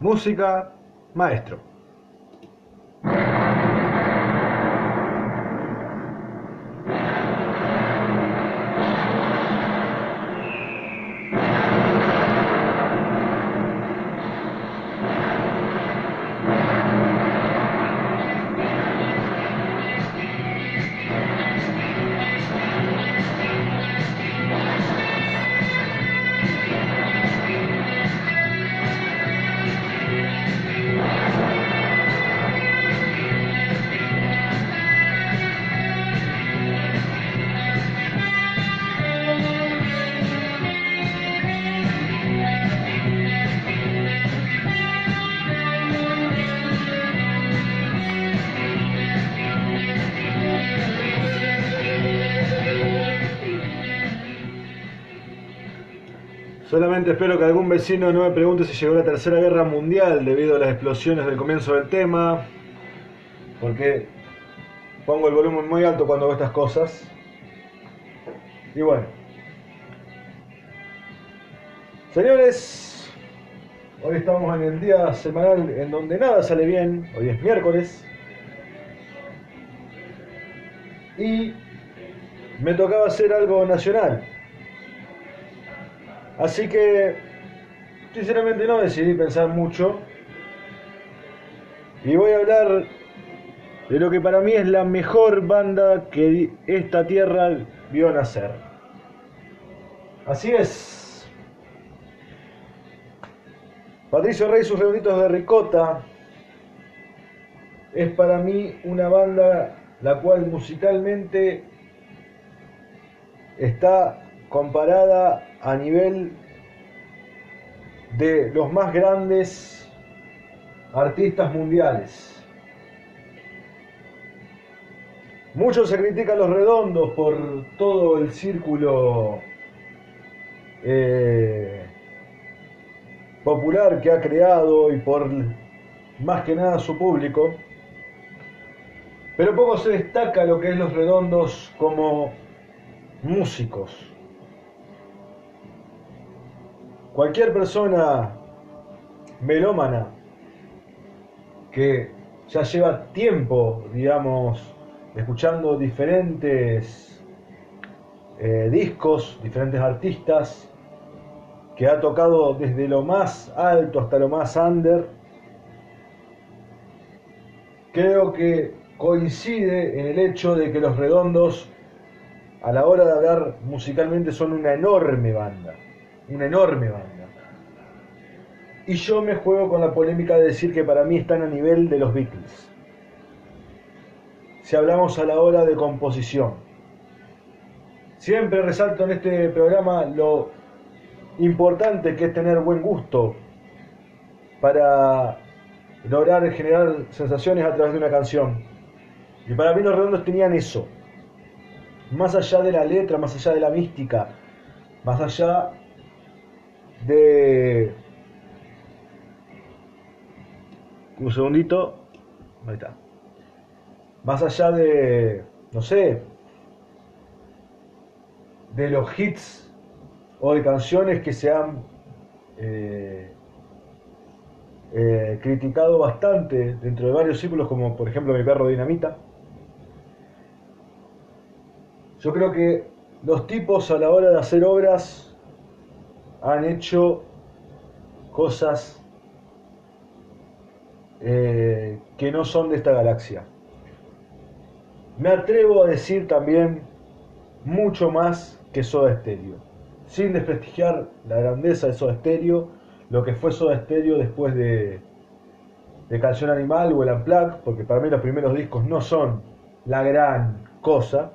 Música, maestro. Solamente espero que algún vecino no me pregunte si llegó la Tercera Guerra Mundial debido a las explosiones del comienzo del tema, porque pongo el volumen muy alto cuando hago estas cosas. Y bueno, señores, hoy estamos en el día semanal en donde nada sale bien. Hoy es miércoles y me tocaba hacer algo nacional. Así que, sinceramente no decidí pensar mucho y voy a hablar de lo que para mí es la mejor banda que esta tierra vio nacer. Así es. Patricio Rey y sus Redonditos de Ricota es para mí una banda la cual musicalmente está comparada a nivel de los más grandes artistas mundiales. Muchos se critican Los Redondos por todo el círculo popular que ha creado y por más que nada su público, pero poco se destaca lo que es Los Redondos como músicos. Cualquier persona melómana que ya lleva tiempo, digamos, escuchando diferentes discos, diferentes artistas, que ha tocado desde lo más alto hasta lo más under, creo que coincide en el hecho de que Los Redondos, a la hora de hablar musicalmente, son una enorme banda. Una enorme banda. Y yo me juego con la polémica de decir que para mí están a nivel de los Beatles. Si hablamos a la hora de composición. Siempre resalto en este programa lo importante que es tener buen gusto para lograr generar sensaciones a través de una canción. Y para mí Los Redondos tenían eso. Más allá de la letra, más allá de la mística, más allá de... Un segundito. Ahí está. Más allá de, no sé, de los hits o de canciones que se han criticado bastante dentro de varios círculos, como por ejemplo Mi Perro Dinamita. Yo creo que los tipos a la hora de hacer obras han hecho cosas que no son de esta galaxia. Me atrevo a decir también mucho más que Soda Stereo, sin desprestigiar la grandeza de Soda Stereo, lo que fue Soda Stereo después de Canción Animal o el Unplugged, porque para mí los primeros discos no son la gran cosa,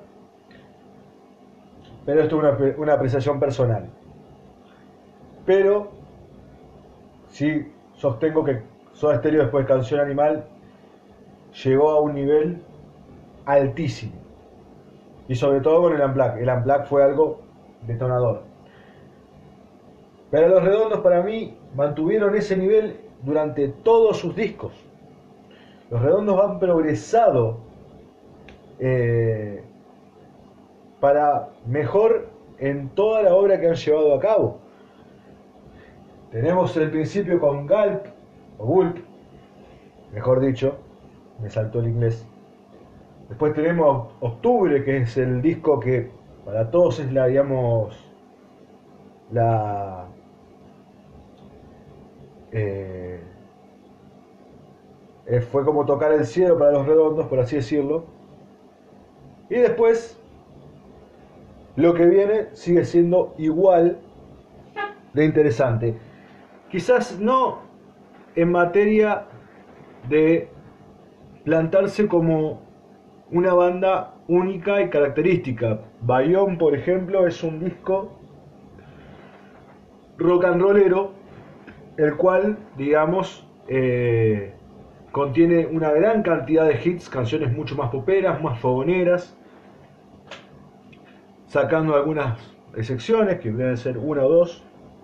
pero esto es una apreciación personal. Pero sí sostengo que Soda Stereo después de Canción Animal llegó a un nivel altísimo, y sobre todo con el Unplugged. El Unplugged fue algo detonador. Pero Los Redondos para mí mantuvieron ese nivel durante todos sus discos. Los Redondos han progresado para mejor en toda la obra que han llevado a cabo. Tenemos el principio con Gulp, o Gulp, mejor dicho, me saltó el inglés. Después tenemos Octubre, que es el disco que para todos es la, digamos, la eh, fue como tocar el cielo para Los Redondos, por así decirlo. Y después, lo que viene sigue siendo igual de interesante. Quizás no en materia de plantarse como una banda única y característica. Bayón, por ejemplo, es un disco rock and rollero, el cual, digamos, contiene una gran cantidad de hits, canciones mucho más poperas, más fogoneras, sacando algunas excepciones, que deben ser una o dos.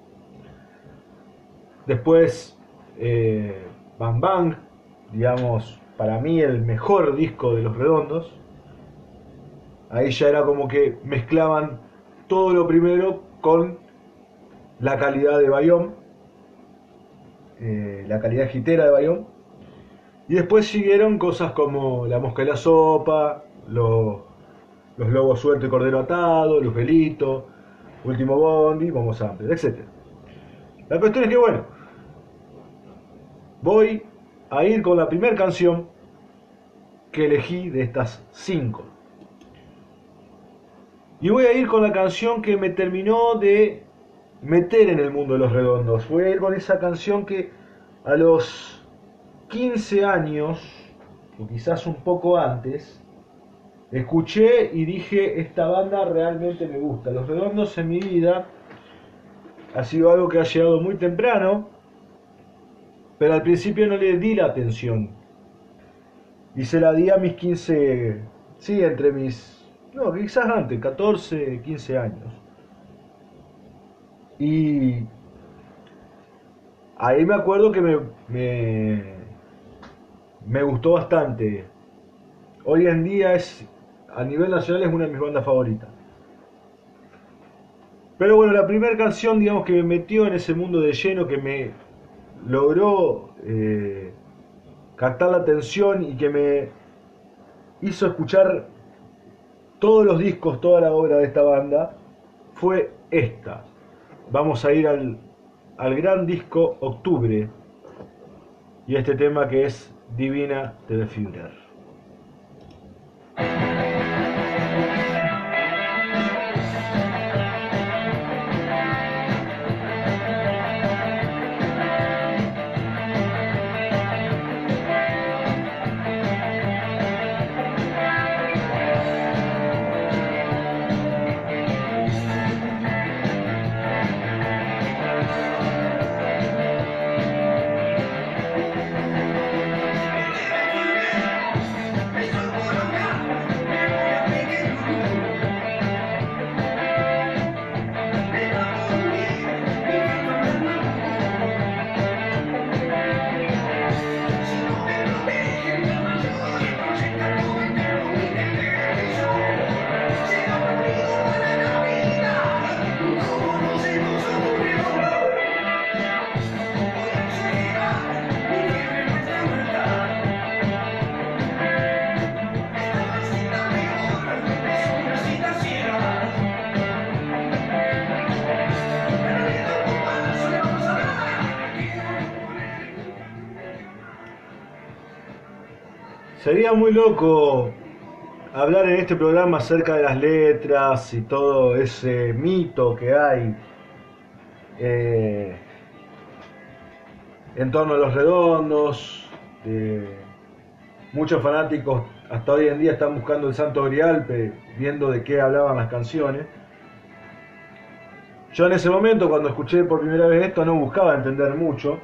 Después, Bang Bang, digamos, para mí el mejor disco de Los Redondos. Ahí ya era como que mezclaban todo lo primero con la calidad de Bayón, la calidad hitera de Bayón. Y después siguieron cosas como La Mosca y la Sopa, Los Lobos Sueltos y Cordero Atado, Lugelito, Último Bondi, Vamos Amplios, etc. La cuestión es que, bueno, voy a ir con la primera canción que elegí de estas 5. Y voy a ir con la canción que me terminó de meter en el mundo de Los Redondos. Voy a ir con esa canción que a los 15 años, o quizás un poco antes, escuché y dije, esta banda realmente me gusta. Los Redondos en mi vida ha sido algo que ha llegado muy temprano, pero al principio no le di la atención. Y se la di a mis 15, sí, entre mis, no, quizás antes, 14, 15 años. Y ahí me acuerdo que me gustó bastante. Hoy en día a nivel nacional es una de mis bandas favoritas. Pero bueno, la primera canción, digamos, que me metió en ese mundo de lleno, que me logró captar la atención y que me hizo escuchar todos los discos, toda la obra de esta banda, fue esta. Vamos a ir al gran disco Octubre y este tema que es Divina de Führer. Sería muy loco hablar en este programa acerca de las letras y todo ese mito que hay en torno a Los Redondos. Muchos fanáticos hasta hoy en día están buscando el Santo Grial, viendo de qué hablaban las canciones. Yo en ese momento, cuando escuché por primera vez esto, no buscaba entender mucho,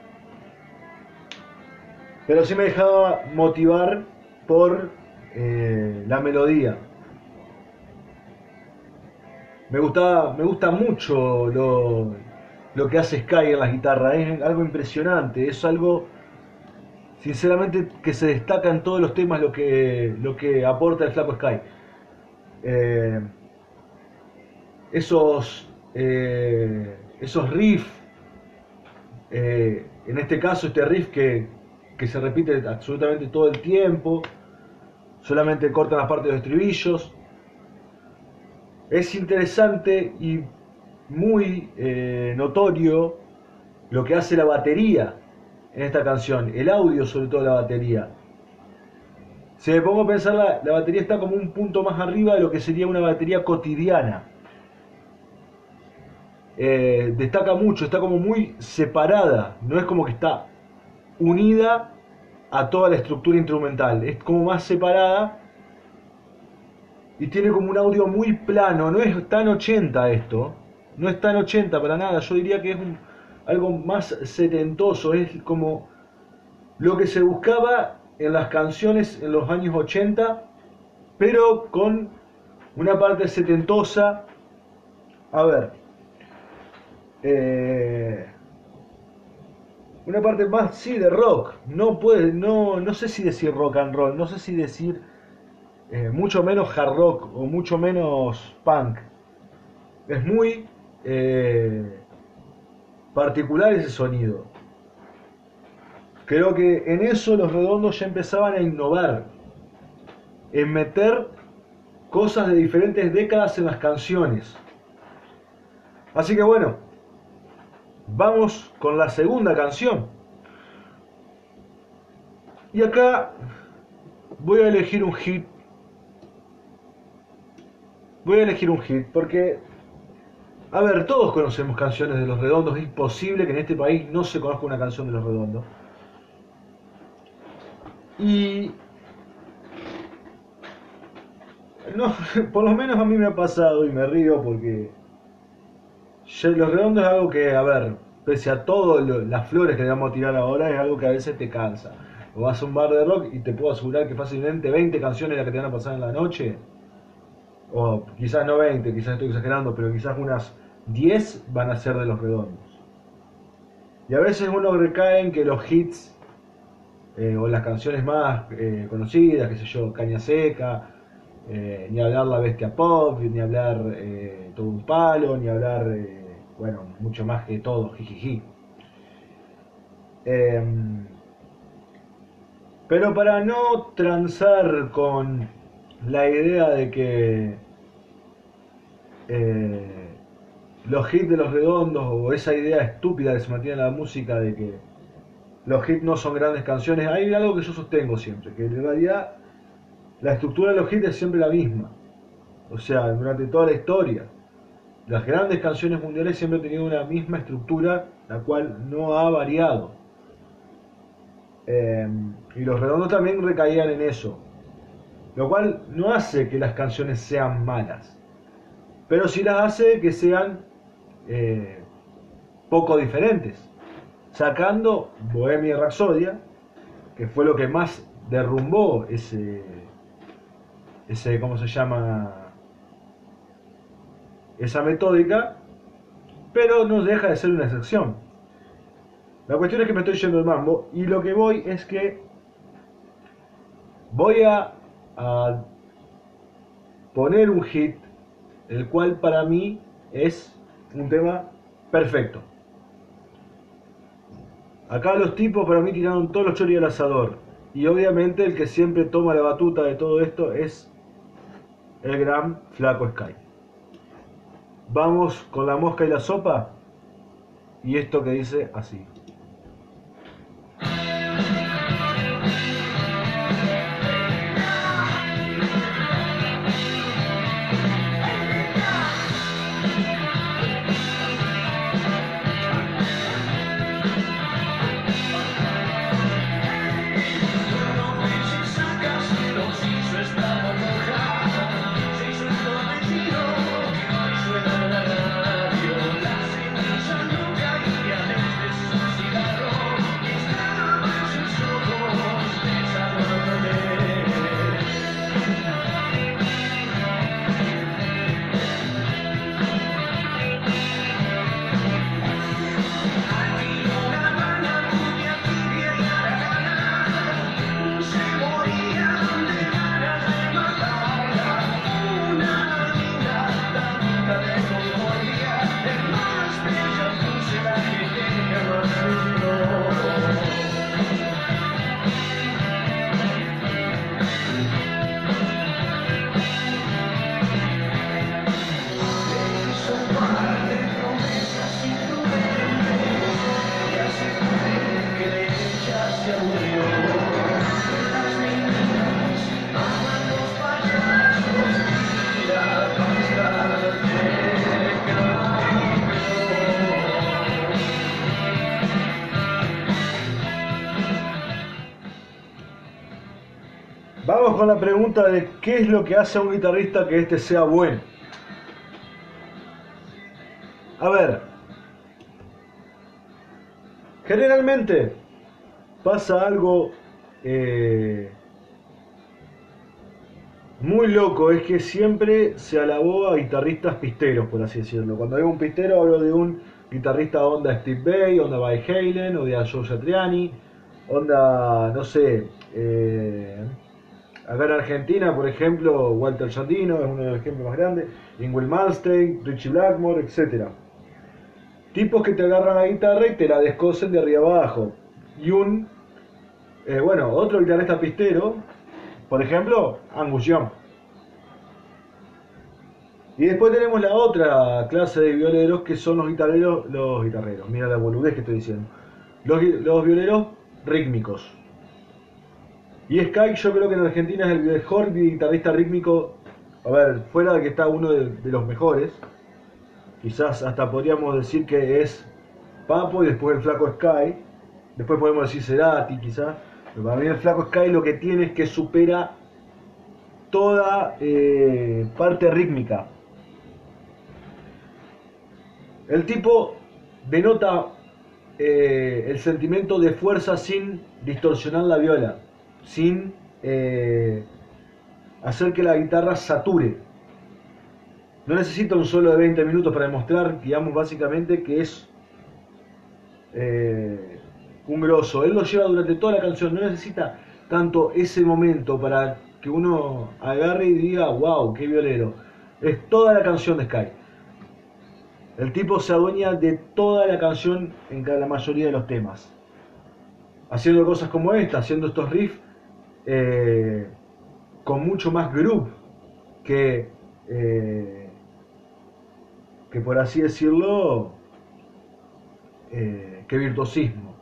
pero sí me dejaba motivar por la melodía. Me gusta mucho lo que hace Sky en la guitarra, es algo impresionante, es algo sinceramente que se destaca en todos los temas lo que aporta el flaco Sky. Esos riffs, En este caso, este riff que se repite absolutamente todo el tiempo, solamente cortan las partes de los estribillos. Es interesante y muy notorio lo que hace la batería en esta canción, el audio sobre todo la batería. Si me pongo a pensar, la batería está como un punto más arriba de lo que sería una batería cotidiana. Destaca mucho, está como muy separada, no es como que está unida a toda la estructura instrumental, es como más separada y tiene como un audio muy plano, no es tan 80 esto, no es tan 80 para nada, yo diría que es algo más setentoso, es como lo que se buscaba en las canciones en los años 80, pero con una parte setentosa. A ver, una parte más, sí, de rock. No sé si decir rock and roll, no sé si decir mucho menos hard rock o mucho menos punk. Es muy particular ese sonido. Creo que en eso Los Redondos ya empezaban a innovar, en meter cosas de diferentes décadas en las canciones. Así que bueno, vamos con la segunda canción. Y acá voy a elegir un hit. Voy a elegir un hit porque, a ver, todos conocemos canciones de Los Redondos. Es imposible que en este país no se conozca una canción de Los Redondos. Y no, por lo menos a mí me ha pasado y me río porque Los Redondos es algo que, a ver, pese a todas las flores que le vamos a tirar ahora, es algo que a veces te cansa. O vas a un bar de rock y te puedo asegurar que fácilmente 20 canciones las que te van a pasar en la noche, o quizás no 20, quizás estoy exagerando, pero quizás unas 10 van a ser de Los Redondos. Y a veces uno recae en que los hits o las canciones más conocidas, qué sé yo, Caña Seca, ni hablar La Bestia Pop, ni hablar Todo un Palo, ni hablar, bueno, mucho más que todo, Jijiji. Pero para no transar con la idea de que los hits de Los Redondos, o esa idea estúpida que se mantiene en la música de que los hits no son grandes canciones, hay algo que yo sostengo siempre, que en realidad la estructura de los hits es siempre la misma. O sea, durante toda la historia, las grandes canciones mundiales siempre han tenido una misma estructura, la cual no ha variado. Y Los Redondos también recaían en eso, lo cual no hace que las canciones sean malas, pero sí las hace que sean poco diferentes, sacando Bohemia Rhapsodia, que fue lo que más derrumbó ese ¿cómo se llama? Esa metódica, pero no deja de ser una excepción. La cuestión es que me estoy yendo del mambo y lo que voy es que voy a poner un hit, el cual para mí es un tema perfecto. Acá los tipos para mí tiraron todos los choris al asador, y obviamente el que siempre toma la batuta de todo esto es el gran Flaco Sky. Vamos con La Mosca y la Sopa y esto que dice así. Vamos con la pregunta de qué es lo que hace a un guitarrista que este sea bueno. A ver, generalmente pasa algo muy loco, es que siempre se alabó a guitarristas pisteros, por así decirlo. Cuando digo un pistero hablo de un guitarrista onda Steve Vai, onda Van Halen, o de Joe Satriani, onda, no sé, acá en Argentina, por ejemplo, Walter Sandino es uno de los ejemplos más grandes, Ingrid Malmsteen, Richie Blackmore, etc. Tipos que te agarran la guitarra y te la descosen de arriba abajo. Y otro guitarrista pistero, por ejemplo, Angus Young. Y después tenemos la otra clase de violeros que son los guitarreros, mira la boludez que estoy diciendo, los violeros rítmicos. Y Sky yo creo que en Argentina es el mejor guitarrista rítmico, a ver, fuera de que está uno de los mejores, quizás hasta podríamos decir que es Papo y después el flaco Sky, después podemos decir Cerati quizás, pero para mí el flaco Sky lo que tiene es que supera toda parte rítmica. El tipo denota el sentimiento de fuerza sin distorsionar la viola, sin hacer que la guitarra sature. No necesita un solo de 20 minutos para demostrar, digamos, básicamente que es un grosso. Él lo lleva durante toda la canción, no necesita tanto ese momento para que uno agarre y diga, wow, qué violero. Es toda la canción de Sky. El tipo se adueña de toda la canción en la mayoría de los temas. Haciendo cosas como esta, haciendo estos riffs con mucho más groove que por así decirlo, que virtuosismo.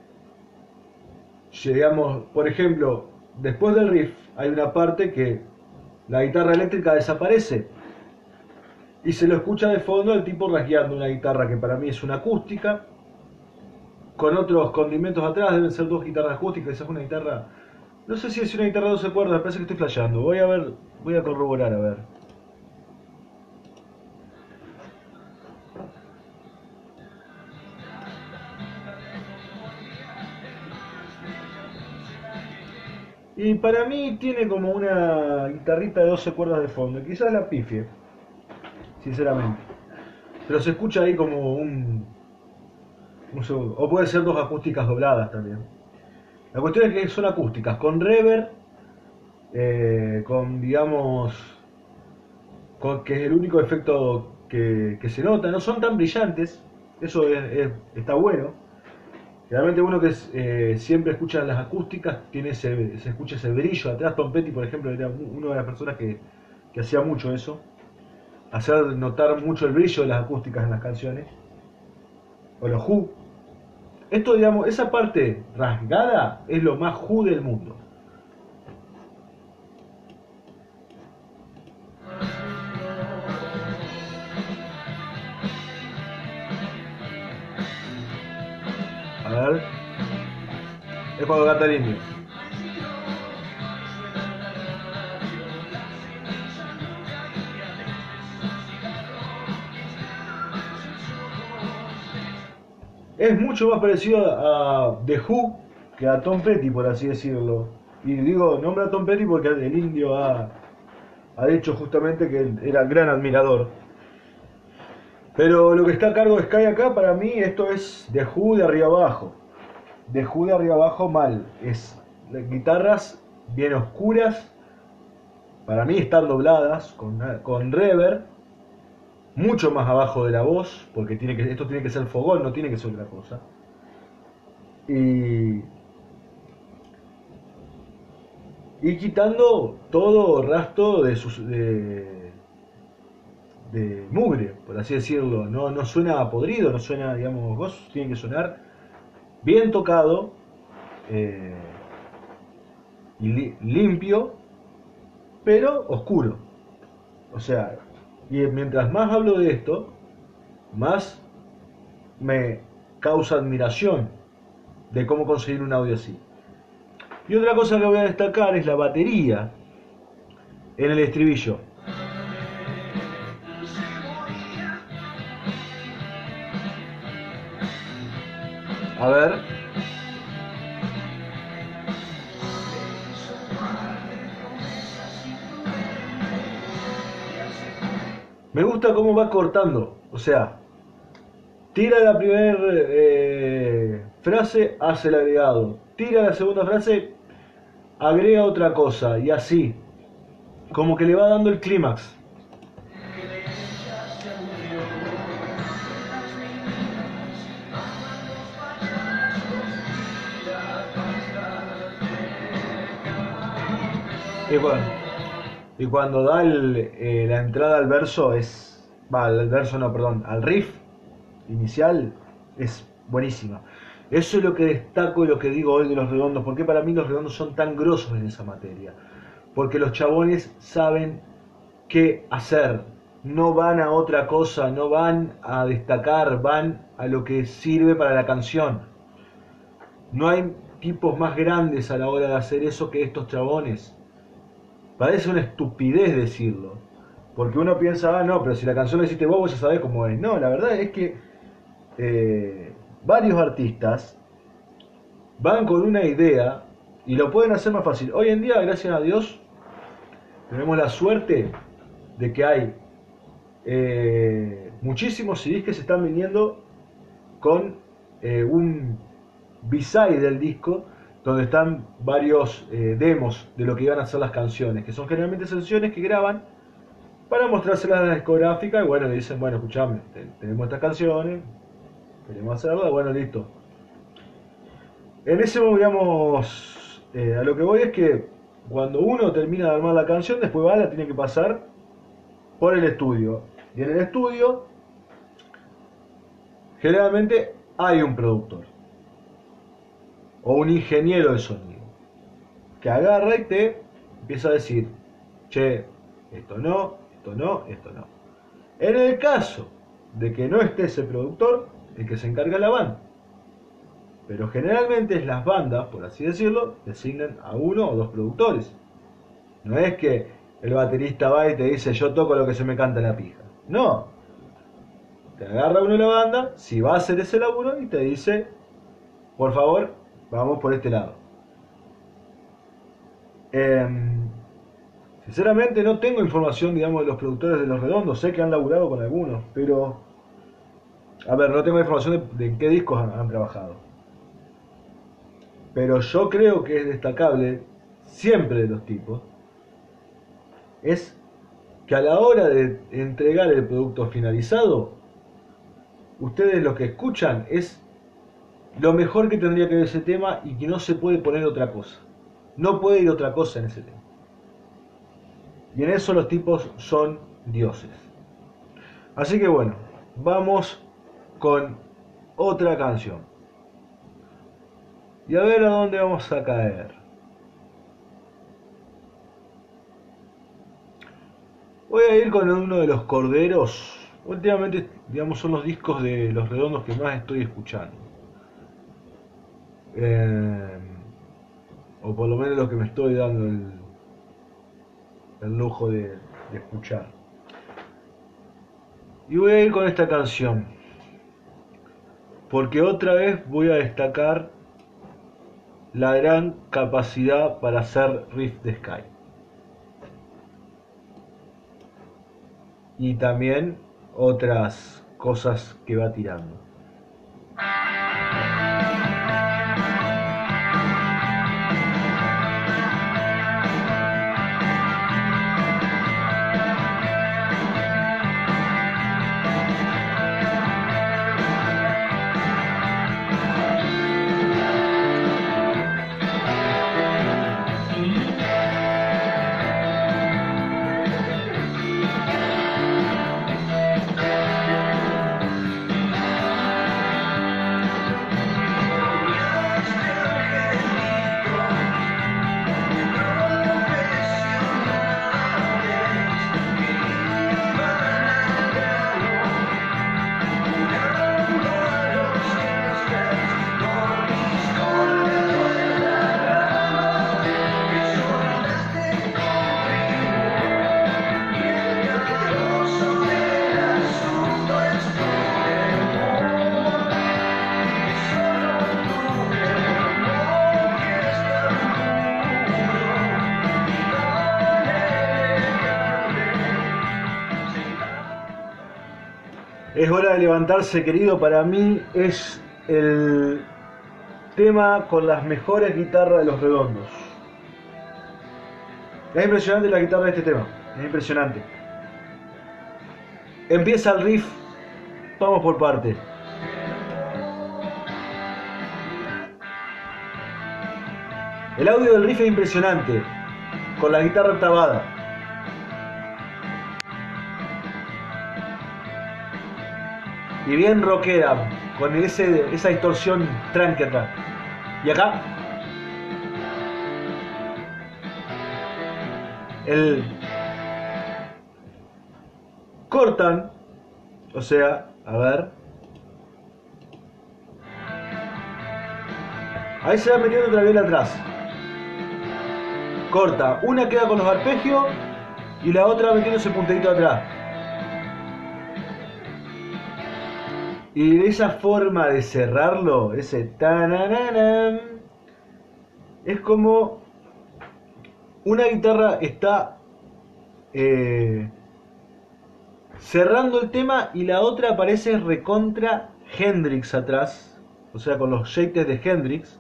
Llegamos, por ejemplo, después del riff hay una parte que la guitarra eléctrica desaparece y se lo escucha de fondo el tipo rasgueando una guitarra que para mí es una acústica con otros condimentos atrás. Deben ser dos guitarras acústicas, esa es una guitarra, no sé si es una guitarra de 12 cuerdas, me parece que estoy flasheando, voy a corroborar a ver. Y para mí tiene como una guitarrita de 12 cuerdas de fondo, quizás la pifie, sinceramente. Pero se escucha ahí como un segundo. O puede ser dos acústicas dobladas también. La cuestión es que son acústicas, con reverb, con digamos, que es el único efecto que se nota. No son tan brillantes, eso está bueno. Realmente uno que siempre escucha las acústicas, se escucha ese brillo atrás. Tom Petty, por ejemplo, era una de las personas que hacía mucho eso. Hacer notar mucho el brillo de las acústicas en las canciones. O los Who. Esto, digamos, esa parte rasgada es lo más Who del mundo. A ver. Es cuando canta el indio. Es mucho más parecido a The Who que a Tom Petty, por así decirlo. Y digo, nombra a Tom Petty porque el indio ha dicho justamente que él era gran admirador. Pero lo que está a cargo de Sky acá, para mí, esto es The Who de arriba abajo. The Who de arriba abajo mal. Es guitarras bien oscuras, para mí están dobladas, con reverb, mucho más abajo de la voz, porque esto tiene que ser fogón, no tiene que ser otra cosa. Y quitando todo rastro de mugre, por así decirlo. No suena podrido, no suena, digamos, vos tiene que sonar bien tocado y limpio, pero oscuro. O sea, y mientras más hablo de esto, más me causa admiración de cómo conseguir un audio así. Y otra cosa que voy a destacar es la batería en el estribillo. A ver. Me gusta cómo va cortando. O sea, tira la primera frase, hace el agregado. Tira la segunda frase, agrega otra cosa. Y así. Como que le va dando el clímax. Y cuando da la entrada al verso al verso no, perdón, al riff inicial es buenísima. Eso es lo que destaco y lo que digo hoy de Los Redondos. ¿Por qué para mí Los Redondos son tan grosos en esa materia? Porque los chabones saben qué hacer. No van a otra cosa, no van a destacar, van a lo que sirve para la canción. No hay tipos más grandes a la hora de hacer eso que estos chabones. Parece una estupidez decirlo, porque uno piensa, no, pero si la canción la hiciste vos ya sabés cómo es. No, la verdad es que varios artistas van con una idea y lo pueden hacer más fácil. Hoy en día, gracias a Dios, tenemos la suerte de que hay muchísimos CDs que se están viniendo con un B-side del disco, donde están varios demos de lo que iban a ser las canciones, que son generalmente sesiones que graban para mostrárselas a la discográfica y bueno, le dicen, bueno, escuchame, tenemos estas canciones, queremos hacerlas, bueno, listo. En ese, digamos, a lo que voy es que cuando uno termina de armar la canción, después la tiene que pasar por el estudio. Y en el estudio, generalmente hay un productor o un ingeniero de sonido que agarra y te empieza a decir, che, esto no, esto no, esto no. En el caso de que no esté ese productor, el que se encarga la banda. Pero generalmente las bandas, por así decirlo, designan a uno o dos productores. No es que el baterista va y te dice, yo toco lo que se me canta la pija. No. Te agarra uno de la banda, si va a hacer ese laburo, y te dice, por favor, vamos por este lado. Sinceramente no tengo información, digamos, de los productores de Los Redondos. Sé que han laburado con algunos, pero... A ver, no tengo información de en qué discos han trabajado. Pero yo creo que es destacable, siempre de los tipos, es que a la hora de entregar el producto finalizado, ustedes lo que escuchan es lo mejor que tendría que ver ese tema y que no se puede poner otra cosa. No puede ir otra cosa en ese tema. Y en eso los tipos son dioses. Así que bueno, vamos con otra canción. Y a ver a dónde vamos a caer. Voy a ir con uno de los corderos. Últimamente, digamos, son los discos de Los Redondos que más estoy escuchando. O por lo menos los que me estoy dando el lujo de escuchar. Y voy a ir con esta canción. Porque otra vez voy a destacar la gran capacidad para hacer riff de Sky. Y también otras cosas que va tirando. Es hora de levantarse, querido. Para mí es el tema con las mejores guitarras de Los Redondos. Es impresionante la guitarra de este tema. Es impresionante. Empieza el riff. Vamos por parte. El audio del riff es impresionante. Con la guitarra octavada. Y bien rockera, con esa distorsión tranqui acá. Y acá, cortan, o sea, a ver. Ahí se va metiendo otra vez atrás. Corta, una queda con los arpegios y la otra metiéndose puntadito atrás. Y de esa forma de cerrarlo, ese tananam, es como una guitarra está cerrando el tema y la otra aparece recontra Hendrix atrás, o sea, con los shakes de Hendrix.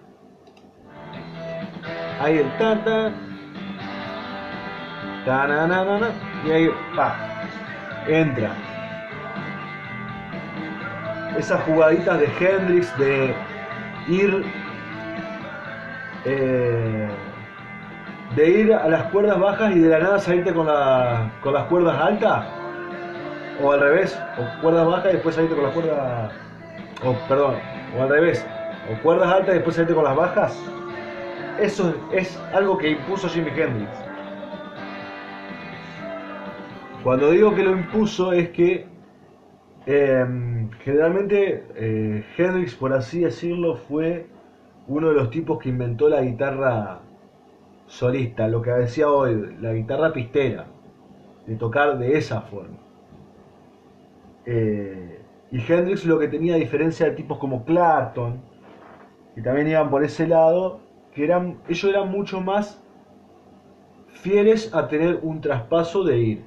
Ahí el tata, tananana, y ahí entra. Esas jugaditas de Hendrix de ir a las cuerdas bajas y de la nada salirte con las cuerdas altas, o al revés, o cuerdas bajas y después salirte con las cuerdas, o al revés, o cuerdas altas y después salirte con las bajas. Eso es algo que impuso Jimi Hendrix. Cuando digo que lo impuso es que generalmente Hendrix, por así decirlo, fue uno de los tipos que inventó la guitarra solista, lo que decía hoy, la guitarra pistera, de tocar de esa forma. Y Hendrix lo que tenía, a diferencia de tipos como Clapton, que también iban por ese lado, que ellos eran mucho más fieles a tener un traspaso de ir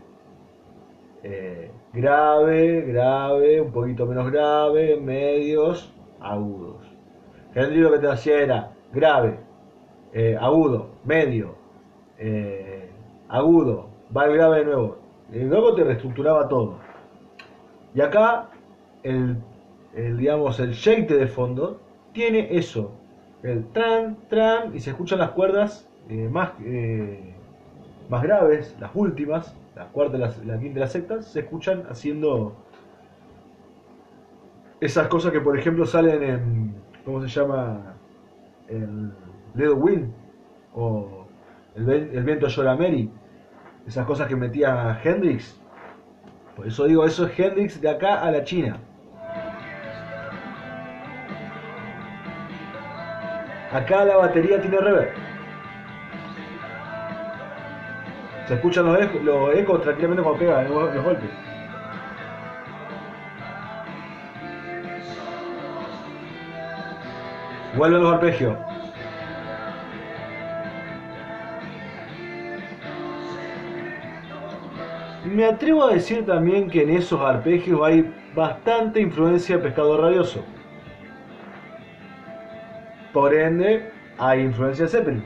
grave, un poquito menos grave, medios, agudos. Hendrix lo que te hacía era grave, agudo, medio, agudo, va el grave de nuevo. Y luego te reestructuraba todo. Y acá digamos, el shake de fondo tiene eso, el tran, y se escuchan las cuerdas más graves, las últimas, la cuarta, la quinta y la sexta, se escuchan haciendo esas cosas que por ejemplo salen en, ¿cómo se llama? El Little Wind, o el viento llora Mary, esas cosas que metía Hendrix. Por eso digo, eso es Hendrix de acá a la China. Acá la batería tiene reverb. Se escuchan los ecos tranquilamente cuando pega los golpes. Vuelven los arpegios. Me atrevo a decir también que en esos arpegios hay bastante influencia de Pescado Rabioso. Por ende, hay influencia de Zeppelin.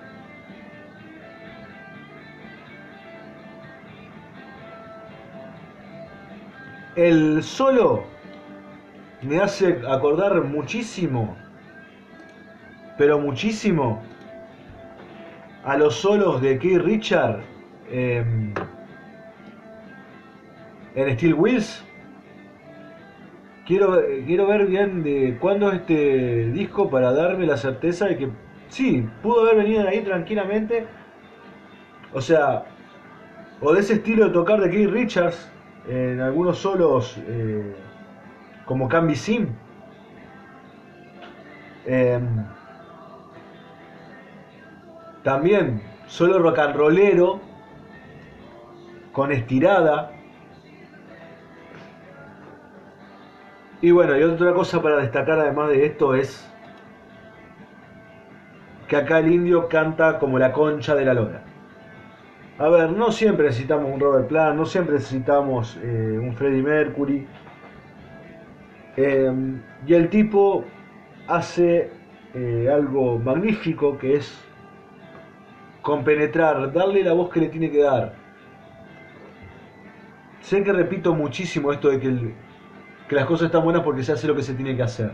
El solo me hace acordar muchísimo, pero muchísimo, a los solos de Keith Richards en Steel Wheels. Quiero ver bien de cuándo es este disco para darme la certeza de que sí, pudo haber venido de ahí tranquilamente. O sea, o de ese estilo de tocar de Keith Richards en algunos solos como Can Be Seen. También solo rock and rollero con estirada. Y bueno, y otra cosa para destacar además de esto es que acá el indio canta como la concha de la lora. A ver, no siempre necesitamos un Robert Plant, no siempre necesitamos un Freddie Mercury, Y el tipo hace algo magnífico, que es compenetrar, darle la voz que le tiene que dar. Sé que repito muchísimo esto de que las cosas están buenas porque se hace lo que se tiene que hacer.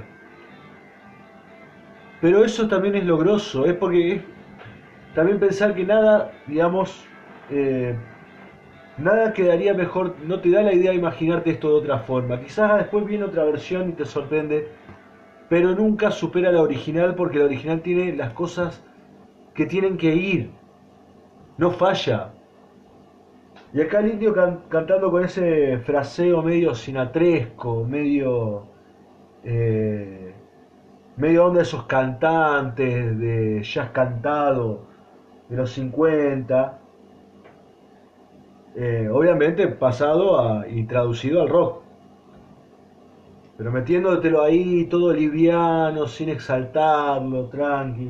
Pero eso también es lo grosso, es porque también pensar que nada, digamos, nada quedaría mejor, no te da la idea de imaginarte esto de otra forma. Quizás después viene otra versión y te sorprende, pero nunca supera la original porque la original tiene las cosas que tienen que ir, no falla. Y acá el indio cantando con ese fraseo medio sinatresco, medio onda de esos cantantes de jazz cantado de los 50, obviamente pasado y traducido al rock, pero metiéndotelo ahí todo liviano, sin exaltarlo, tranqui,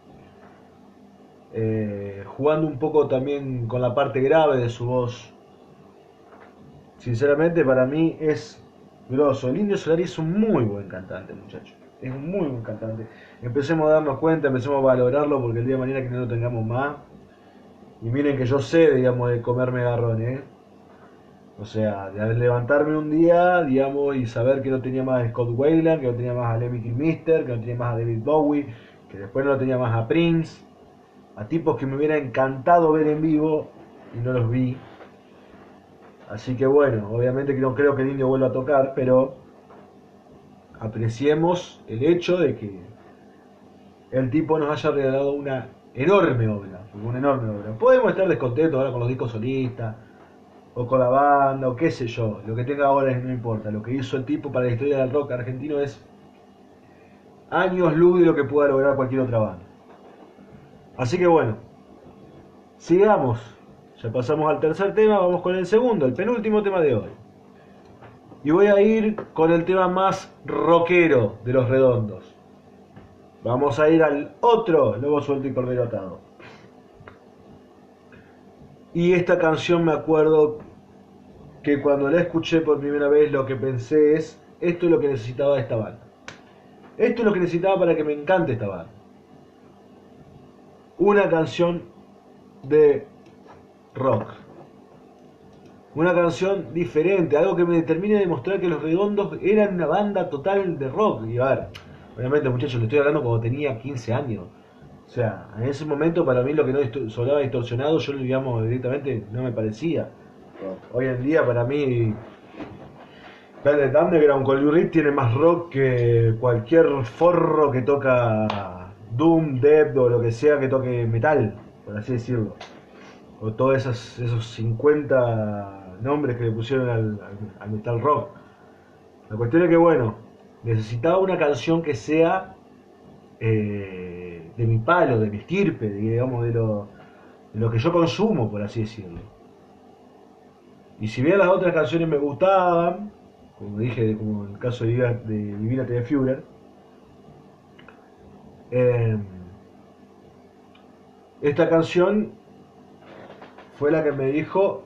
jugando un poco también con la parte grave de su voz. Sinceramente para mí es grosso. El Indio Solari es un muy buen cantante, muchachos. Es un muy buen cantante. Empecemos a darnos cuenta, empecemos a valorarlo porque el día de mañana que no lo tengamos más. Y miren que yo sé, digamos, de comerme garrones, ¿eh? O sea, de levantarme un día, digamos, y saber que no tenía más a Scott Weiland, que no tenía más a Lemmy Kilmister, que no tenía más a David Bowie, que después no tenía más a Prince, a tipos que me hubiera encantado ver en vivo y no los vi. Así que bueno, obviamente que no creo que el Indio vuelva a tocar, pero apreciemos el hecho de que el tipo nos haya regalado una enorme obra. Podemos estar descontentos ahora con los discos solistas, o con la banda, o qué sé yo, lo que tenga ahora no importa. Lo que hizo el tipo para la historia del rock argentino es años luz de lo que pueda lograr cualquier otra banda. Así que bueno, sigamos. Ya pasamos al tercer tema, vamos con el segundo, el penúltimo tema de hoy. Y voy a ir con el tema más rockero de Los Redondos. Vamos a ir al otro Lobo Suelto y Cordero Atado. Y esta canción me acuerdo que cuando la escuché por primera vez lo que pensé es, esto es lo que necesitaba esta banda. Esto es lo que necesitaba para que me encante esta banda. Una canción de rock. Una canción diferente, algo que me termine de demostrar que Los Redondos eran una banda total de rock. Y a ver, obviamente muchachos, le estoy hablando cuando tenía 15 años. O sea, en ese momento para mí lo que no sonaba distorsionado, yo digamos directamente no me parecía. Hoy en día para mí Velvet Underground con Lou Reed tiene más rock que cualquier forro que toca Doom, Death o lo que sea que toque metal, por así decirlo. O todos esos 50 nombres que le pusieron al metal rock. La cuestión es que bueno, necesitaba una canción que sea de mi palo, de mi estirpe, digamos, de lo que yo consumo, por así decirlo. Y si bien las otras canciones me gustaban, como dije, como en el caso de Divina T. de Führer, esta canción fue la que me dijo,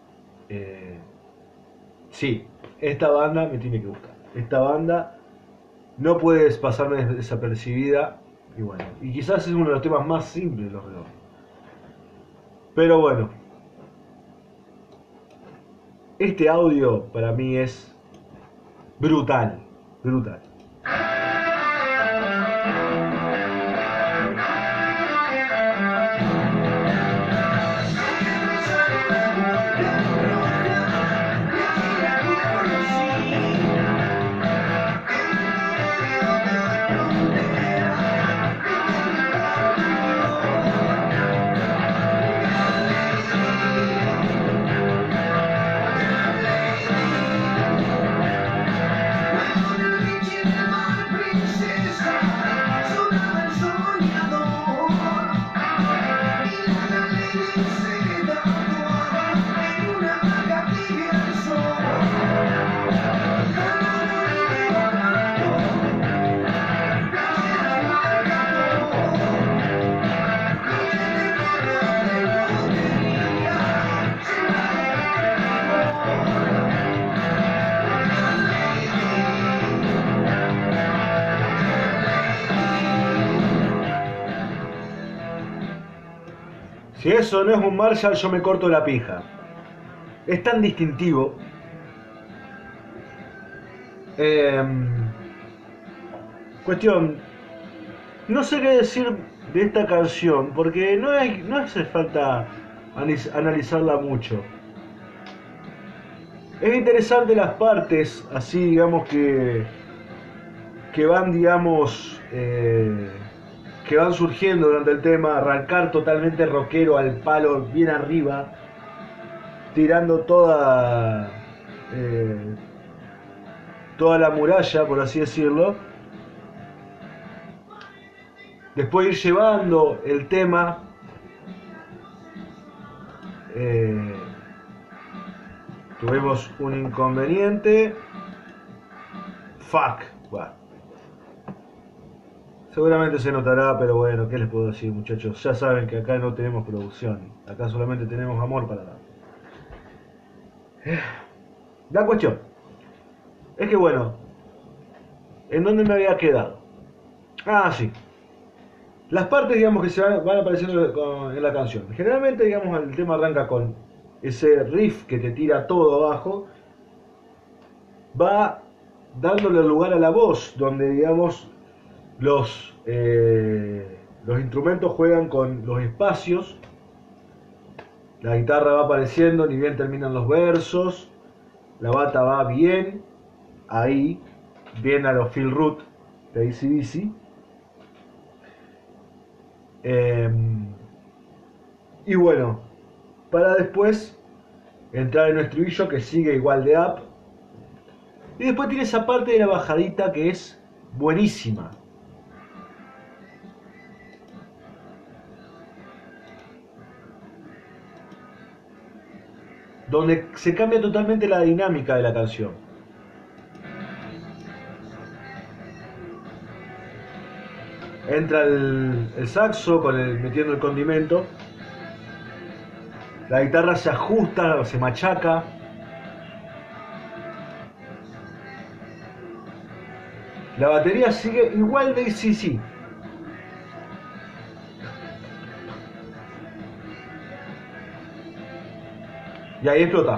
sí, esta banda me tiene que gustar. Esta banda no puede pasarme desapercibida. Y bueno, y quizás es uno de los temas más simples de Los Redondos. Pero bueno, este audio para mí es brutal, brutal. Si eso no es un Marshall, yo me corto la pija. Es tan distintivo. Cuestión, no sé qué decir de esta canción, porque no hace falta analizarla mucho. Es interesante las partes, así digamos que van, digamos, que van surgiendo durante el tema, arrancar totalmente rockero al palo bien arriba, tirando toda la muralla, por así decirlo. Después ir llevando el tema tuvimos un inconveniente. Fuck. Bueno, seguramente se notará, pero bueno, ¿qué les puedo decir, muchachos? Ya saben que acá no tenemos producción. Acá solamente tenemos amor para dar. La cuestión es que, bueno, ¿en dónde me había quedado? Ah, sí. Las partes, digamos, que van apareciendo en la canción. Generalmente, digamos, el tema arranca con ese riff que te tira todo abajo. Va dándole lugar a la voz, donde, digamos, los instrumentos juegan con los espacios. La guitarra va apareciendo, ni bien terminan los versos. La bata va bien, ahí, bien a los Phil Root de AC/DC. Y bueno, para después entrar en un estribillo que sigue igual de up. Y después tiene esa parte de la bajadita que es buenísima. Donde se cambia totalmente la dinámica de la canción. Entra el saxo metiendo el condimento. La guitarra se ajusta, se machaca. La batería sigue igual de AC/DC. Y ahí explota.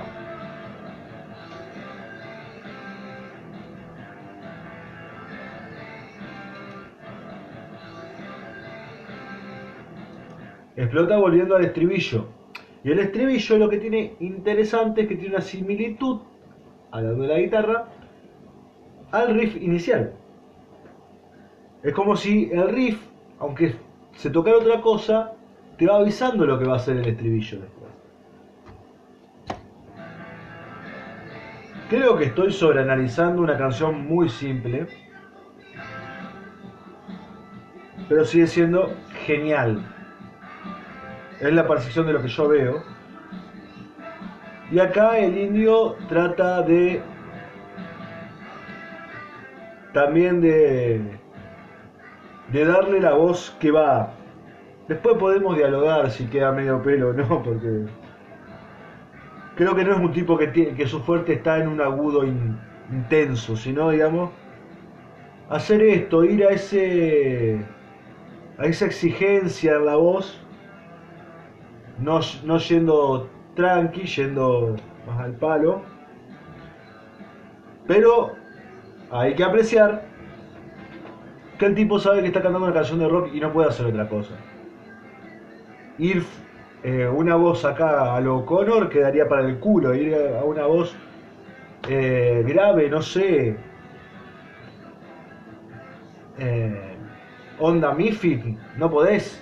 Explota volviendo al estribillo. Y el estribillo lo que tiene interesante es que tiene una similitud, hablando de la guitarra, al riff inicial. Es como si el riff, aunque se tocara otra cosa, te va avisando lo que va a ser el estribillo después. Creo que estoy sobreanalizando una canción muy simple, pero sigue siendo genial. Es la percepción de lo que yo veo. Y acá el indio trata también de darle la voz que va. Después podemos dialogar si queda medio pelo o no, porque creo que no es un tipo que su fuerte está en un agudo intenso, sino, digamos, hacer esto, ir a esa exigencia en la voz, no yendo tranqui, yendo más al palo, pero hay que apreciar que el tipo sabe que está cantando una canción de rock y no puede hacer otra cosa. Ir una voz acá a lo Connor quedaría para el culo, ir a una voz grave, no sé, onda Miffy, no podés.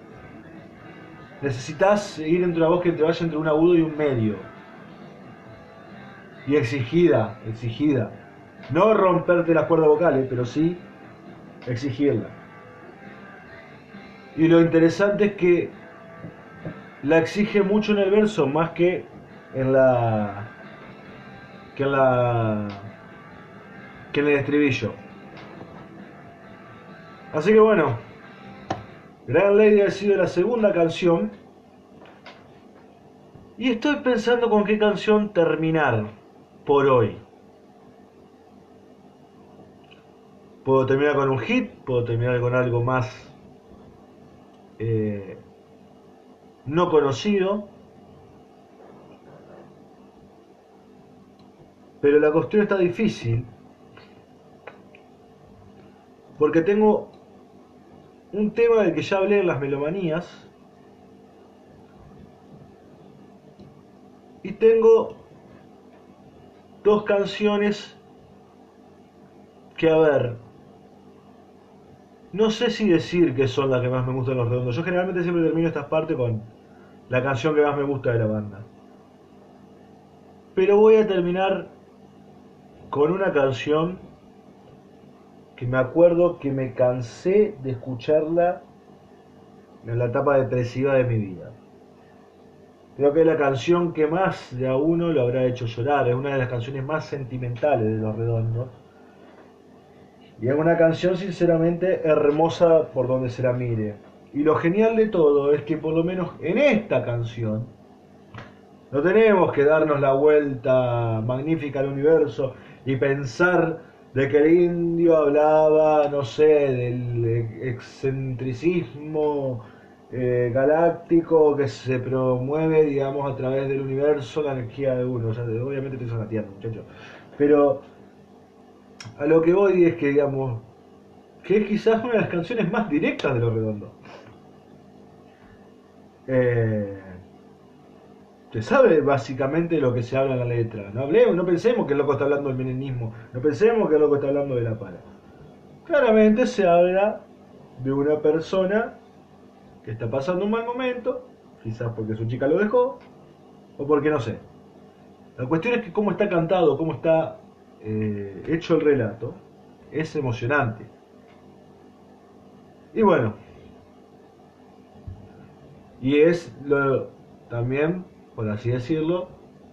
Necesitas ir entre una voz que te vaya entre un agudo y un medio. Y exigida. No romperte las cuerdas vocales, pero sí exigirla. Y lo interesante es que la exige mucho en el verso, más que en la que en la que en el estribillo. Así que bueno, Grand Lady ha sido la segunda canción y estoy pensando con qué canción terminar por hoy. Puedo terminar con un hit, puedo terminar con algo más no conocido, pero la cuestión está difícil porque tengo un tema del que ya hablé en las melomanías y tengo dos canciones que, a ver, no sé si decir que son las que más me gustan Los Redondos. Yo generalmente siempre termino estas partes con la canción que más me gusta de la banda, pero voy a terminar con una canción que me acuerdo que me cansé de escucharla en la etapa depresiva de mi vida. Creo que es la canción que más de a uno lo habrá hecho llorar, es una de las canciones más sentimentales de Los Redondos. Y es una canción sinceramente hermosa por donde se la mire. Y lo genial de todo es que por lo menos en esta canción no tenemos que darnos la vuelta magnífica al universo y pensar de que el indio hablaba, no sé, del excentricismo galáctico que se promueve, digamos, a través del universo, la energía de uno. O sea, obviamente estoy sonateando, muchachos. Pero a lo que voy es que, digamos, que es quizás una de las canciones más directas de Los Redondos. Se sabe básicamente lo que se habla en la letra. No pensemos que el loco está hablando del menemismo, no pensemos que el loco está hablando de la pala. Claramente se habla de una persona que está pasando un mal momento, quizás porque su chica lo dejó, o porque no sé. La cuestión es que cómo está cantado, cómo está hecho el relato, es emocionante. Y bueno, y es también, por así decirlo,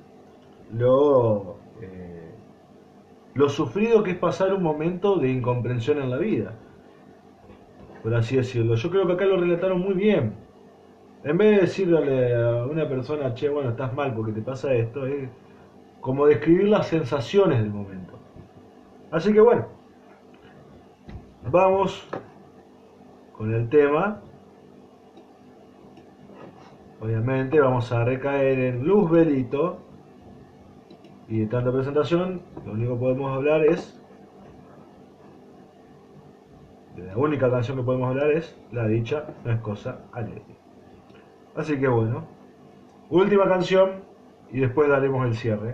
lo sufrido que es pasar un momento de incomprensión en la vida, por así decirlo. Yo creo que acá lo relataron muy bien. En vez de decirle a una persona, che, bueno, estás mal porque te pasa esto, es como describir las sensaciones del momento. Así que bueno, vamos con el tema. Obviamente vamos a recaer en Luzbelito. Y de tanta presentación, lo único que podemos hablar es... de la única canción que podemos hablar es la dicha no es cosa alegre. Así que bueno, última canción y después daremos el cierre.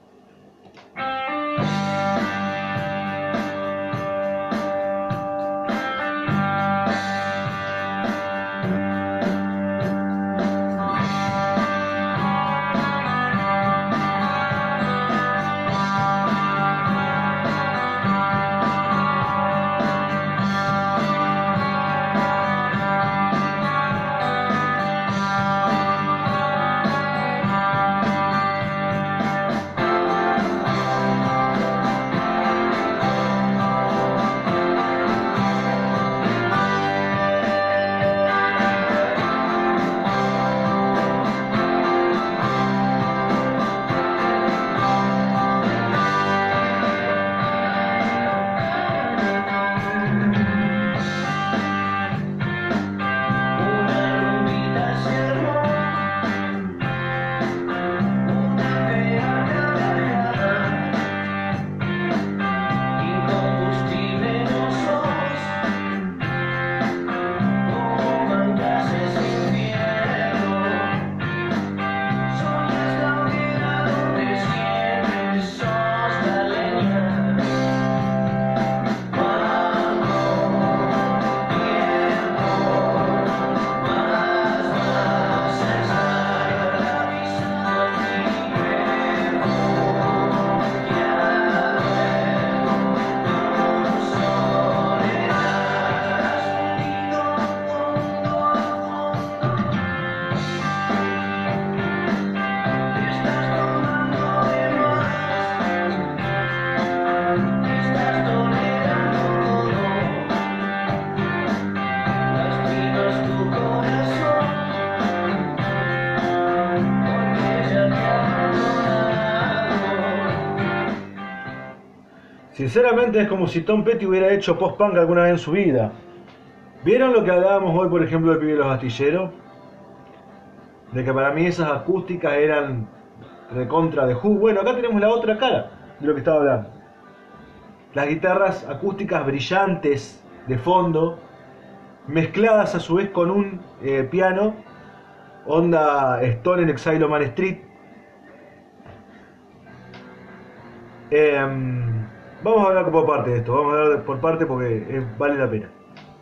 Sinceramente es como si Tom Petty hubiera hecho post-punk alguna vez en su vida. ¿Vieron lo que hablábamos hoy, por ejemplo, del Pibe y los Astilleros? De que para mí esas acústicas eran recontra de Who. Bueno, acá tenemos la otra cara de lo que estaba hablando. Las guitarras acústicas brillantes de fondo, mezcladas a su vez con un piano, onda Stone en Exile on Main Street. Vamos a hablar por parte de esto, vamos a hablar por parte porque vale la pena.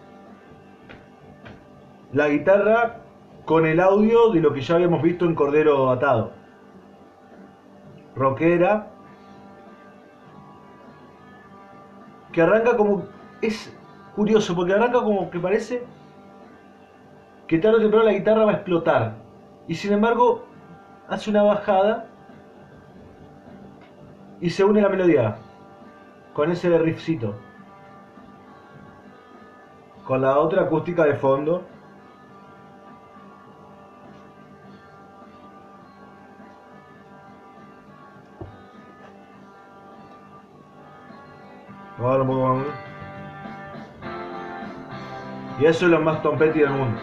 La guitarra con el audio de lo que ya habíamos visto en Cordero Atado. Rockera, que arranca como... Es curioso porque arranca como que parece que tarde o temprano la guitarra va a explotar. Y sin embargo hace una bajada y se une la melodía con ese riffcito, con la otra acústica de fondo. Vamos a dar un poco más. Y eso es lo más Tom Petty del mundo.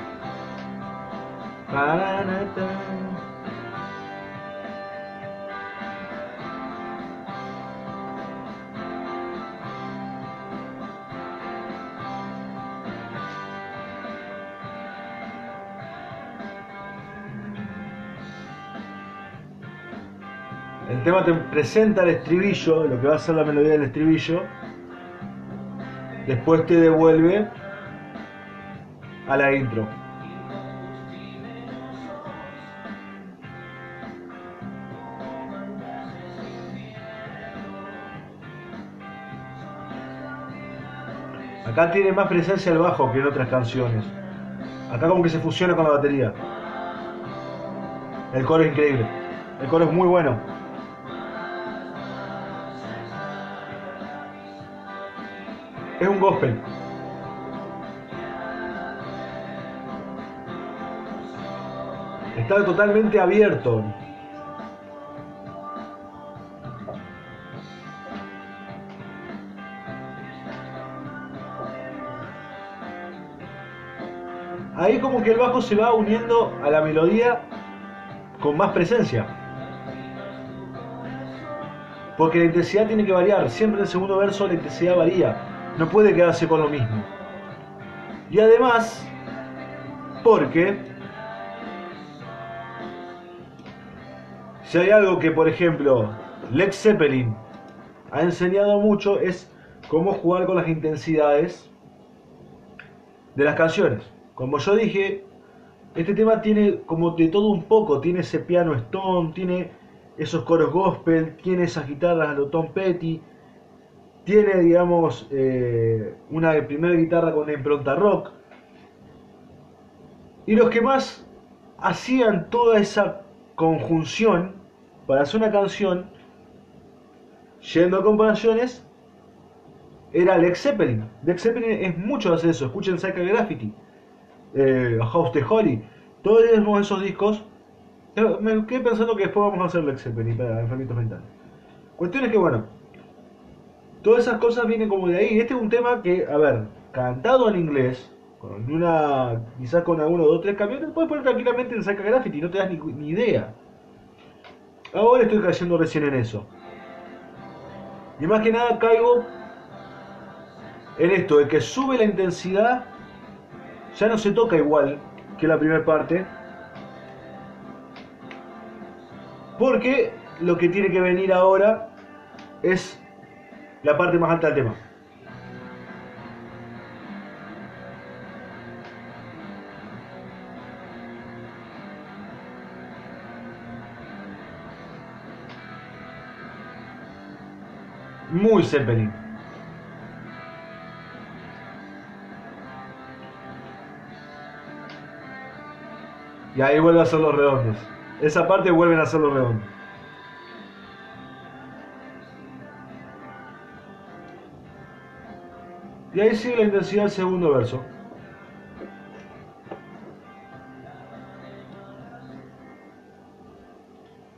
El tema te presenta el estribillo, lo que va a ser la melodía del estribillo. Después te devuelve a la intro. Acá tiene más presencia el bajo que en otras canciones. Acá como que se fusiona con la batería. El coro es increíble. El coro es muy bueno. Es un gospel. Está totalmente abierto. Ahí como que el bajo se va uniendo a la melodía con más presencia. Porque la intensidad tiene que variar. Siempre en el segundo verso la intensidad varía. No puede quedarse con lo mismo. Y además, porque si hay algo que, por ejemplo, Led Zeppelin ha enseñado mucho, es cómo jugar con las intensidades de las canciones. Como yo dije, este tema tiene como de todo un poco. Tiene ese piano Stone, tiene esos coros gospel, tiene esas guitarras a lo Tom Petty, tiene, digamos, una primera guitarra con impronta rock. Y los que más hacían toda esa conjunción para hacer una canción, yendo a comparaciones, era Led Zeppelin. Led Zeppelin es mucho de hacer eso. Escuchen Psycho Graffiti, House the Holy, todos esos discos. Me quedé pensando que después vamos a hacer Led Zeppelin para enfermitos mentales. Cuestión es que, bueno, todas esas cosas vienen como de ahí. Este es un tema que, a ver, cantado en inglés, con una, quizás con alguno o dos tres camiones, puedes poner tranquilamente en Psycho Graffiti, no te das ni idea. Ahora estoy cayendo recién en eso. Y más que nada caigo en esto de que sube la intensidad, ya no se toca igual que la primera parte, porque lo que tiene que venir ahora es la parte más alta del tema. Muy Zeppelin. Y ahí vuelve a hacer los redondos. Esa parte vuelven a hacer los redondos. Y ahí sigue la intensidad del segundo verso.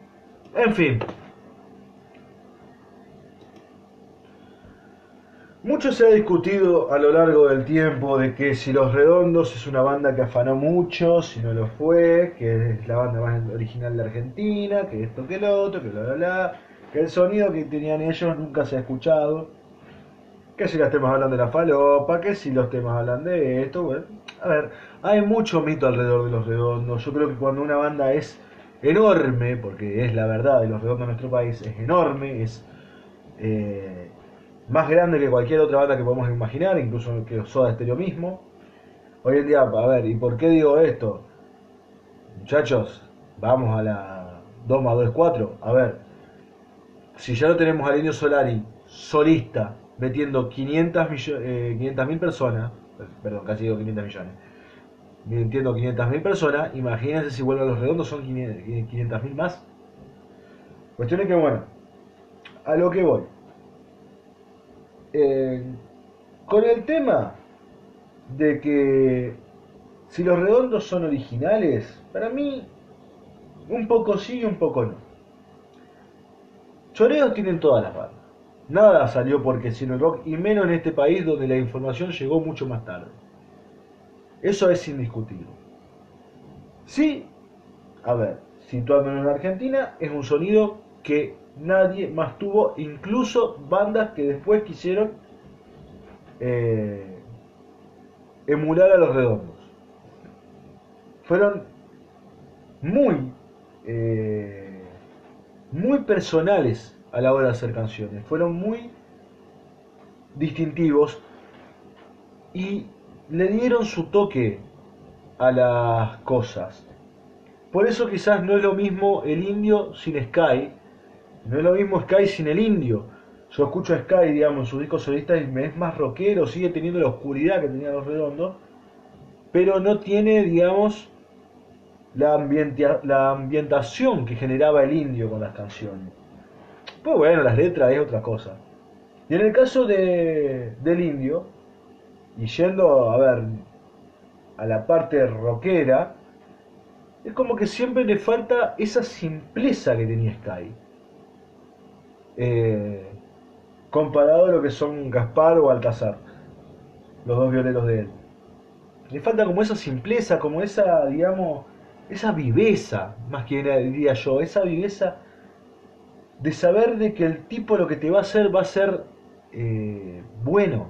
En fin. Mucho se ha discutido a lo largo del tiempo de que si Los Redondos es una banda que afanó mucho, si no lo fue, que es la banda más original de Argentina, que esto, que lo otro, que bla bla bla, que el sonido que tenían ellos nunca se ha escuchado, que si los temas hablan de la falopa, que si los temas hablan de esto, bueno, a ver, hay mucho mito alrededor de Los Redondos. Yo creo que cuando una banda es enorme, porque es la verdad de Los Redondos en nuestro país, es enorme, es eh, más grande que cualquier otra banda que podemos imaginar, incluso que Soda Stereo mismo. Hoy en día, a ver, ¿y por qué digo esto? Muchachos, vamos a la 2 más 2 es 4. A ver, si ya lo tenemos al Indio Solari solista, metiendo 500.000 personas, perdón, casi digo 500 millones, metiendo 500.000 personas, imagínense si vuelven a Los Redondos, son 500.000 más. Cuestión es que, bueno, a lo que voy. Eh, con el tema de que si Los Redondos son originales, para mí un poco sí y un poco no. Choreos tienen todas las bandas. Nada salió porque si no el rock, y menos en este país donde la información llegó mucho más tarde. Eso es indiscutible. Sí, a ver, situándonos en Argentina, es un sonido que nadie más tuvo, incluso bandas que después quisieron eh, emular a Los Redondos. Fueron muy, eh, muy personales a la hora de hacer canciones. Fueron muy distintivos y le dieron su toque a las cosas. Por eso quizás no es lo mismo el Indio sin Sky, no es lo mismo Sky sin el Indio. Yo escucho a Sky, digamos, en sus discos solistas y me es más rockero, sigue teniendo la oscuridad que tenía Los Redondos, pero no tiene, digamos, la ambientación que generaba el Indio con las canciones. Pues bueno, las letras es otra cosa. Y en el caso del Indio, y yendo a ver a la parte rockera, es como que siempre le falta esa simpleza que tenía Sky. Eh, Comparado a lo que son Gaspar o Baltasar, los dos violeros de él. Le falta como esa simpleza, como esa, digamos, esa viveza, más que diría yo, esa viveza de saber de que el tipo lo que te va a ser bueno.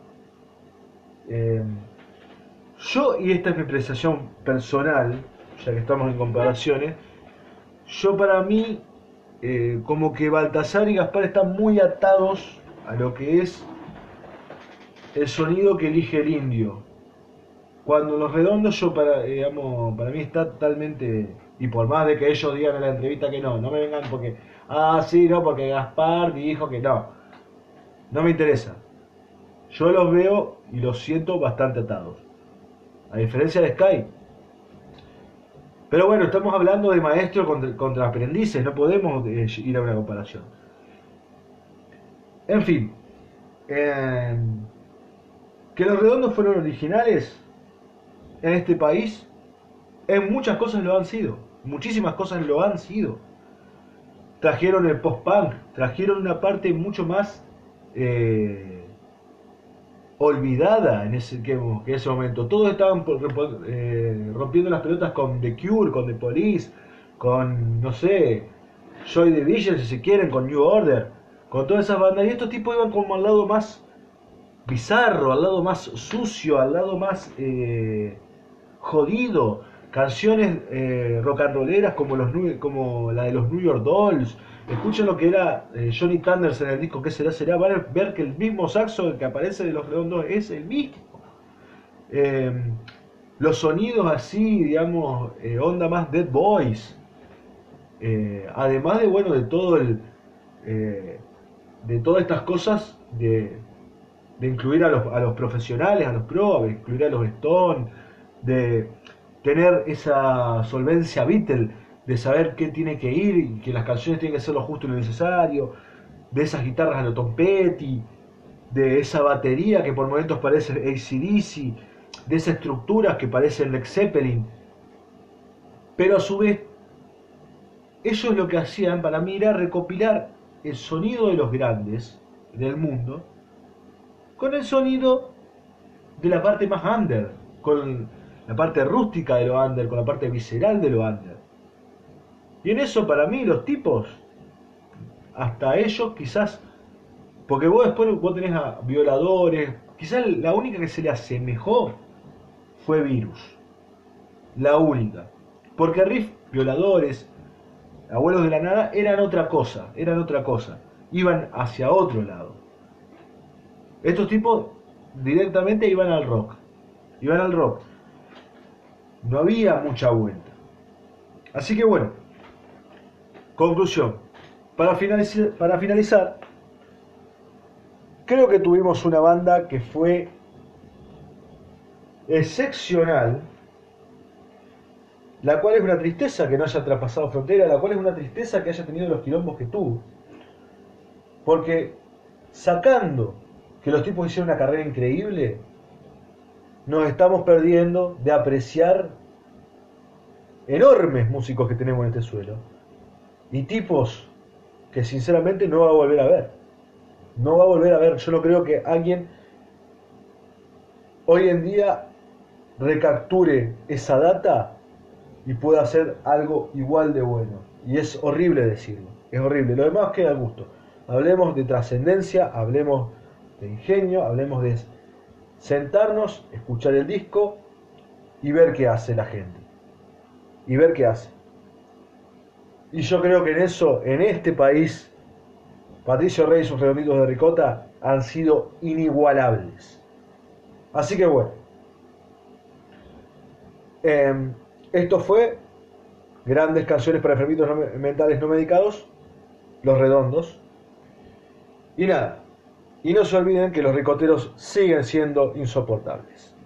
Eh, yo, y esta es mi apreciación personal, ya que estamos en comparaciones, yo para mí, como que Baltasar y Gaspar están muy atados a lo que es el sonido que elige el Indio. Cuando Los Redondos, yo para mí está totalmente, y por más de que ellos digan en la entrevista que no, no me vengan porque, sí, no, porque Gaspar dijo que no, no me interesa. Yo los veo y los siento bastante atados, a diferencia de Sky. Pero bueno, estamos hablando de maestros contra aprendices, no podemos ir a una comparación. En fin, eh, que Los Redondos fueron originales en este país, en muchas cosas lo han sido, muchísimas cosas lo han sido. Trajeron el post-punk, trajeron una parte mucho más olvidada que ese momento. Todos estaban rompiendo las pelotas con The Cure, con The Police, con, no sé, Joy Division si se quieren, con New Order, con todas esas bandas. Y estos tipos iban como al lado más bizarro, al lado más sucio, al lado más jodido. Canciones rock and rolleras como la de los New York Dolls. Escuchen lo que era Johnny Thunders en el disco ¿Qué será? Será. Van a ver que el mismo saxo que aparece de Los Redondos es el mismo. Eh, los sonidos así, digamos, onda más Dead Boys. Además de, bueno, de todo de todas estas cosas de incluir a los profesionales, a los pros, de incluir a los Stone, de tener esa solvencia Beatle, de saber qué tiene que ir y que las canciones tienen que ser lo justo y lo necesario, de esas guitarras a lo Tom Petty, de esa batería que por momentos parece AC/DC, de esas estructuras que parecen Led Zeppelin, pero a su vez ellos lo que hacían para mí era recopilar el sonido de los grandes del mundo con el sonido de la parte más under, con la parte rústica de lo under, con la parte visceral de lo under. Y en eso para mí los tipos, hasta ellos quizás, porque vos después vos tenés a Violadores, quizás la única que se le asemejó fue Virus. La única. Porque Riff, Violadores, Abuelos de la Nada eran otra cosa, iban hacia otro lado. Estos tipos directamente iban al rock. No había mucha vuelta. Así que bueno, conclusión. Para finalizar, creo que tuvimos una banda que fue excepcional, la cual es una tristeza que no haya traspasado frontera, la cual es una tristeza que haya tenido los quilombos que tuvo. Porque sacando que los tipos hicieron una carrera increíble, nos estamos perdiendo de apreciar enormes músicos que tenemos en este suelo. Y tipos que sinceramente no va a volver a ver. No va a volver a ver. Yo no creo que alguien hoy en día recapture esa data y pueda hacer algo igual de bueno. Y es horrible decirlo. Es horrible. Lo demás queda al gusto. Hablemos de trascendencia, hablemos de ingenio, hablemos de sentarnos, escuchar el disco y ver qué hace la gente. Y ver qué hace. Y yo creo que en eso, en este país, Patricio Rey y sus Redonditos de Ricota han sido inigualables. Así que bueno, esto fue Grandes Canciones para Enfermitos Mentales No Medicados, Los Redondos. Y nada, y no se olviden que los ricoteros siguen siendo insoportables.